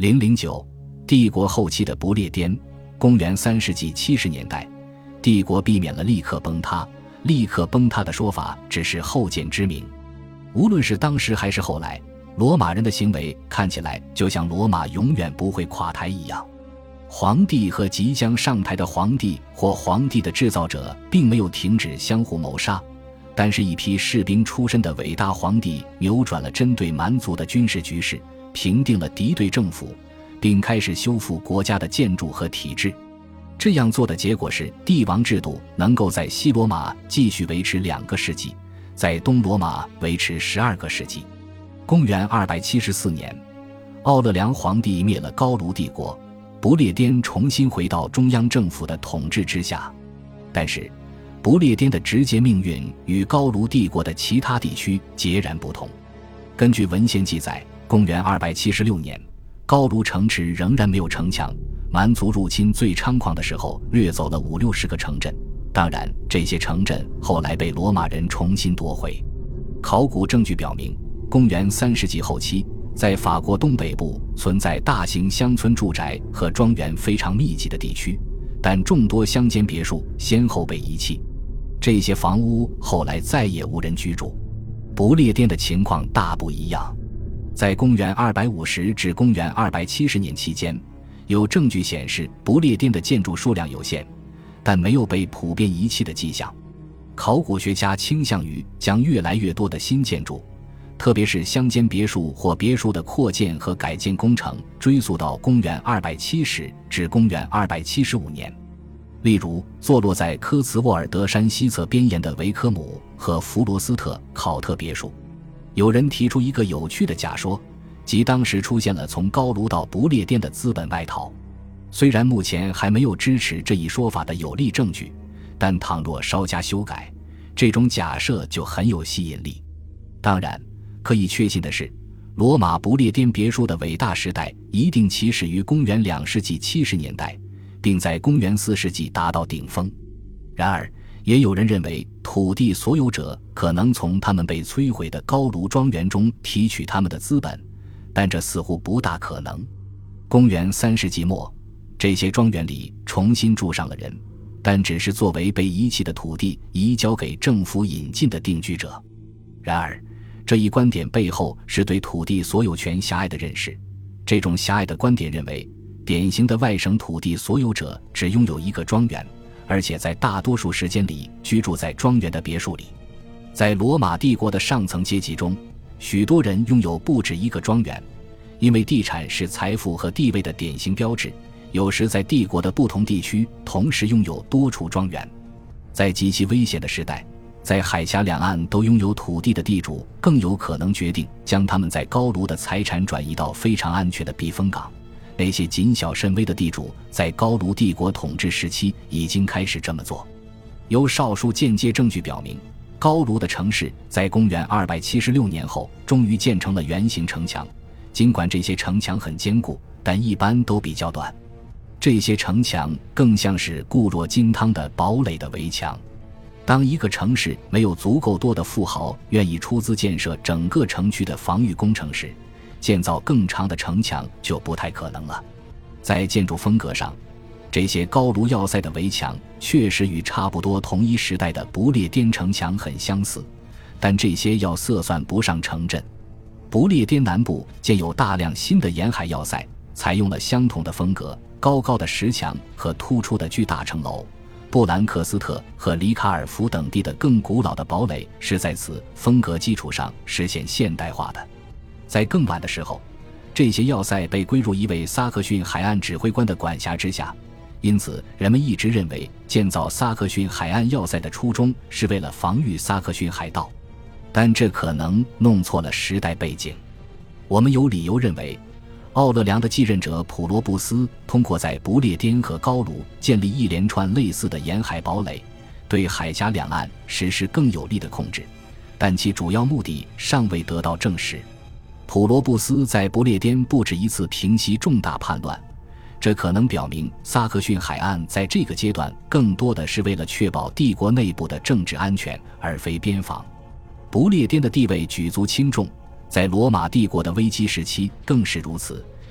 009帝国后期的不列颠，公元3世纪70年代，帝国避免了立刻崩塌。立刻崩塌的说法只是后见之明。无论是当时还是后来，罗马人的行为看起来就像罗马永远不会垮台一样。皇帝和即将上台的皇帝或皇帝的制造者并没有停止相互谋杀，但是一批士兵出身的伟大皇帝扭转了针对蛮族的军事局势，平定了敌对政府，并开始修复国家的建筑和体制。这样做的结果是帝王制度能够在西罗马继续维持2个世纪，在东罗马维持12个世纪。公元274年，奥勒良皇帝灭了高卢帝国，不列颠重新回到中央政府的统治之下。但是不列颠的直接命运与高卢帝国的其他地区截然不同。根据文献记载，公元276年，高卢城池仍然没有城墙，蛮族入侵最猖狂的时候掠走了50-60个城镇，当然这些城镇后来被罗马人重新夺回。考古证据表明，公元3世纪后期，在法国东北部存在大型乡村住宅和庄园非常密集的地区，但众多乡间别墅先后被遗弃，这些房屋后来再也无人居住。不列颠的情况大不一样。在公元250至公元270年期间，有证据显示不列颠的建筑数量有限，但没有被普遍遗弃的迹象。考古学家倾向于将越来越多的新建筑，特别是乡间别墅或别墅的扩建和改建工程追溯到公元270至公元275年。例如，坐落在科茨沃尔德山西侧边沿的维科姆和弗罗斯特考特别墅。有人提出一个有趣的假说，即当时出现了从高卢到不列颠的资本外逃。虽然目前还没有支持这一说法的有力证据，但倘若稍加修改，这种假设就很有吸引力。当然，可以确信的是，罗马不列颠别墅的伟大时代一定起始于公元2世纪70年代，并在公元4世纪达到顶峰。然而，也有人认为土地所有者可能从他们被摧毁的高卢庄园中提取他们的资本，但这似乎不大可能。公元3世纪末，这些庄园里重新住上了人，但只是作为被遗弃的土地移交给政府引进的定居者。然而，这一观点背后是对土地所有权狭隘的认识。这种狭隘的观点认为，典型的外省土地所有者只拥有一个庄园，而且在大多数时间里居住在庄园的别墅里。在罗马帝国的上层阶级中，许多人拥有不止一个庄园，因为地产是财富和地位的典型标志，有时在帝国的不同地区同时拥有多处庄园。在极其危险的时代，在海峡两岸都拥有土地的地主更有可能决定将他们在高卢的财产转移到非常安全的避风港。那些谨小慎微的地主在高卢帝国统治时期已经开始这么做。有少数间接证据表明，高卢的城市在公元276年后终于建成了圆形城墙，尽管这些城墙很坚固，但一般都比较短。这些城墙更像是固若金汤的堡垒的围墙。当一个城市没有足够多的富豪愿意出资建设整个城区的防御工程时，建造更长的城墙就不太可能了。在建筑风格上，这些高卢要塞的围墙确实与差不多同一时代的不列颠城墙很相似，但这些要塞算不上城镇。不列颠南部建有大量新的沿海要塞，采用了相同的风格，高高的石墙和突出的巨大城楼。布兰克斯特和里卡尔福等地的更古老的堡垒是在此风格基础上实现现代化的。在更晚的时候，这些要塞被归入一位萨克逊海岸指挥官的管辖之下，因此人们一直认为建造萨克逊海岸要塞的初衷是为了防御萨克逊海盗，但这可能弄错了时代背景。我们有理由认为，奥勒良的继任者普罗布斯通过在不列颠和高卢建立一连串类似的沿海堡垒，对海峡两岸实施更有力的控制，但其主要目的尚未得到证实。普罗布斯在不列颠不止一次平息重大叛乱，这可能表明萨克逊海岸在这个阶段更多的是为了确保帝国内部的政治安全，而非边防。不列颠的地位举足轻重，在罗马帝国的危机时期更是如此，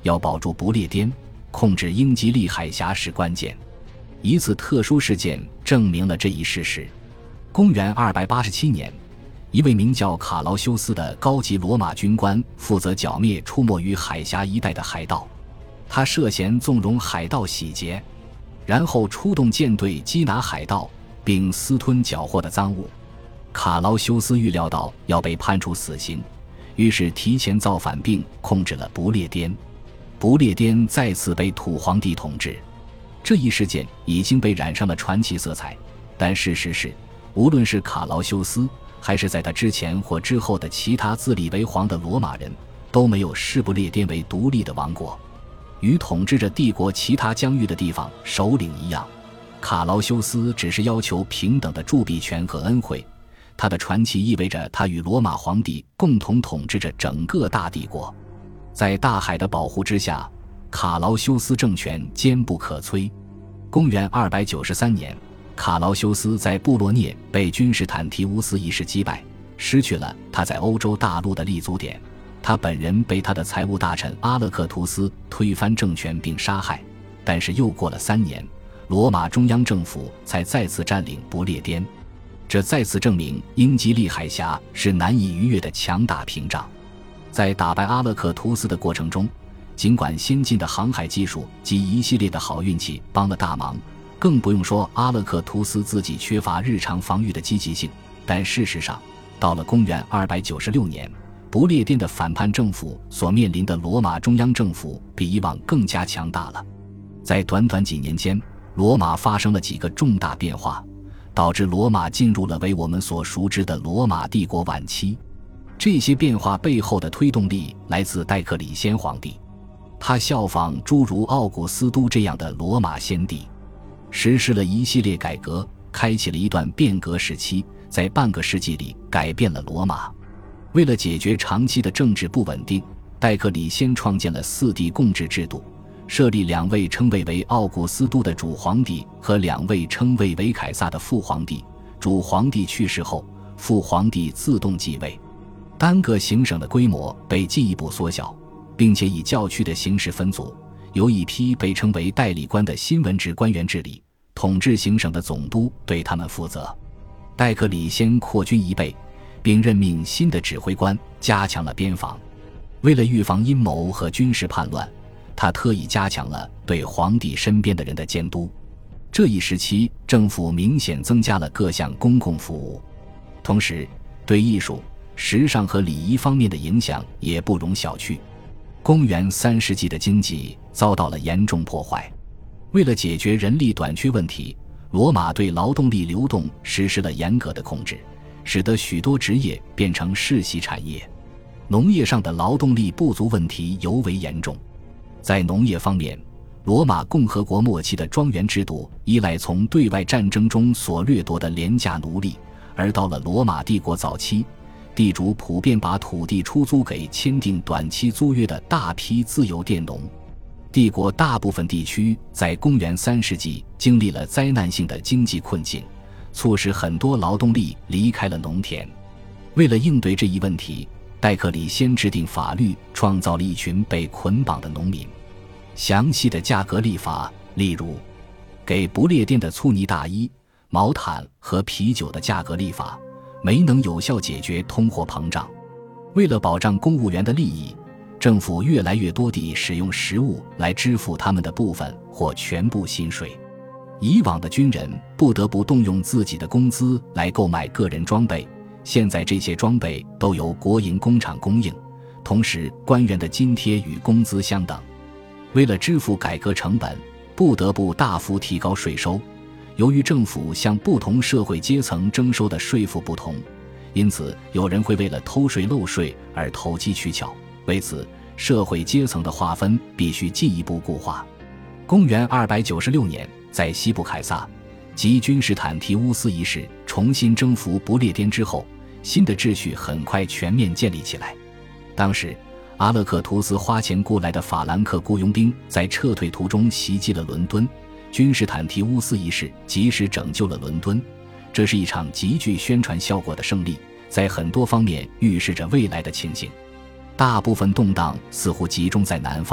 要保住不列颠，控制英吉利海峡是关键。一次特殊事件证明了这一事实。公元287年，一位名叫卡劳修斯的高级罗马军官负责剿灭出没于海峡一带的海盗，他涉嫌纵容海盗洗劫，然后出动舰队缉拿海盗，并私吞缴获的赃物。卡劳修斯预料到要被判处死刑，于是提前造反并控制了不列颠。不列颠再次被土皇帝统治。这一事件已经被染上了传奇色彩，但事实是，无论是卡劳修斯还是在他之前或之后的其他自立为皇的罗马人，都没有视不列颠为独立的王国。与统治着帝国其他疆域的地方首领一样，卡劳修斯只是要求平等的铸币权和恩惠。他的传奇意味着他与罗马皇帝共同统治着整个大帝国。在大海的保护之下，卡劳修斯政权坚不可摧。公元293年，卡劳修斯在布洛涅被君士坦提乌斯一世击败，失去了他在欧洲大陆的立足点。他本人被他的财务大臣阿勒克图斯推翻政权并杀害。但是又过了3年，罗马中央政府才再次占领不列颠。这再次证明英吉利海峡是难以逾越的强大屏障。在打败阿勒克图斯的过程中，尽管先进的航海技术及一系列的好运气帮了大忙，更不用说阿勒克图斯自己缺乏日常防御的积极性，但事实上，到了公元296年，不列颠的反叛政府所面临的罗马中央政府比以往更加强大了。在短短几年间，罗马发生了几个重大变化，导致罗马进入了为我们所熟知的罗马帝国晚期。这些变化背后的推动力来自戴克里先皇帝，他效仿诸如奥古斯都这样的罗马先帝，实施了一系列改革，开启了一段变革时期，在半个世纪里改变了罗马。为了解决长期的政治不稳定，戴克里先创建了4帝共治制度，设立2位称谓为奥古斯都的主皇帝和2位称谓为凯撒的副皇帝。主皇帝去世后，副皇帝自动继位。单个行省的规模被进一步缩小，并且以教区的形式分组，由一批被称为代理官的新闻职官员治理，统治行省的总督对他们负责。戴克里先扩军1倍，并任命新的指挥官，加强了边防。为了预防阴谋和军事叛乱，他特意加强了对皇帝身边的人的监督。这一时期，政府明显增加了各项公共服务，同时对艺术、时尚和礼仪方面的影响也不容小觑。公元3世纪的经济遭到了严重破坏。为了解决人力短缺问题，罗马对劳动力流动实施了严格的控制，使得许多职业变成世袭产业。农业上的劳动力不足问题尤为严重。在农业方面，罗马共和国末期的庄园制度依赖从对外战争中所掠夺的廉价奴隶，而到了罗马帝国早期，地主普遍把土地出租给签订短期租约的大批自由佃农。帝国大部分地区在公元3世纪经历了灾难性的经济困境，促使很多劳动力离开了农田。为了应对这一问题，戴克里先制定法律，创造了一群被捆绑的农民。详细的价格立法，例如给不列颠的粗呢大衣、毛毯和啤酒的价格立法，没能有效解决通货膨胀。为了保障公务员的利益，政府越来越多地使用实物来支付他们的部分或全部薪水。以往的军人不得不动用自己的工资来购买个人装备，现在这些装备都由国营工厂供应，同时官员的津贴与工资相等。为了支付改革成本，不得不大幅提高税收。由于政府向不同社会阶层征收的税负不同，因此有人会为了偷税漏税而投机取巧，为此社会阶层的划分必须进一步固化。公元296年，在西部凯撒及君士坦提乌斯一世重新征服不列颠之后，新的秩序很快全面建立起来。当时阿勒克图斯花钱雇来的法兰克雇佣兵在撤退途中袭击了伦敦，君士坦提乌斯一世及时拯救了伦敦。这是一场极具宣传效果的胜利，在很多方面预示着未来的情形。大部分动荡似乎集中在南方，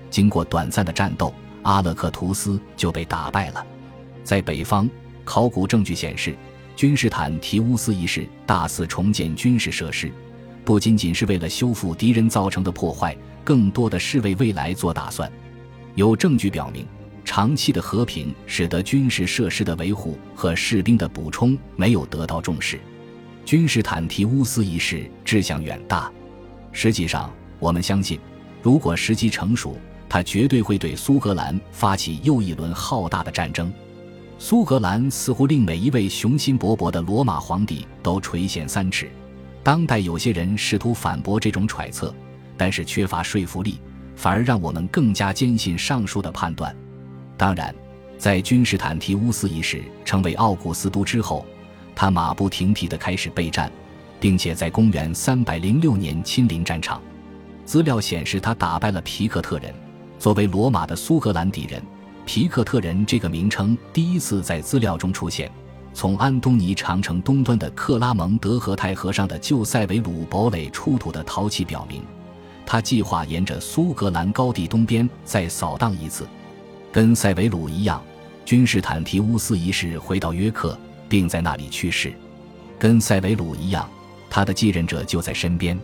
经过短暂的战斗，阿勒克图斯就被打败了。在北方，考古证据显示，君士坦提乌斯一世大肆重建军事设施，不仅仅是为了修复敌人造成的破坏，更多的是为未来做打算。有证据表明，长期的和平使得军事设施的维护和士兵的补充没有得到重视。君士坦提乌斯一世志向远大，实际上我们相信，如果时机成熟，他绝对会对苏格兰发起又一轮浩大的战争。苏格兰似乎令每一位雄心勃勃的罗马皇帝都垂涎三尺。当代有些人试图反驳这种揣测，但是缺乏说服力，反而让我们更加坚信上述的判断。当然，在君士坦提乌斯一世成为奥古斯都之后，他马不停蹄地开始备战，并且在公元306年亲临战场。资料显示他打败了皮克特人。作为罗马的苏格兰底人，皮克特人这个名称第一次在资料中出现。从安东尼长城东端的克拉蒙德河泰河上的旧塞维鲁堡垒出土的陶器表明，他计划沿着苏格兰高地东边再扫荡一次。跟塞维鲁一样，君士坦提乌斯一世回到约克，并在那里去世。跟塞维鲁一样，他的继任者就在身边。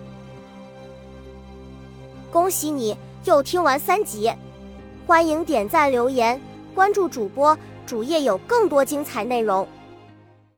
恭喜你又听完3集，欢迎点赞留言，关注主播，主页有更多精彩内容。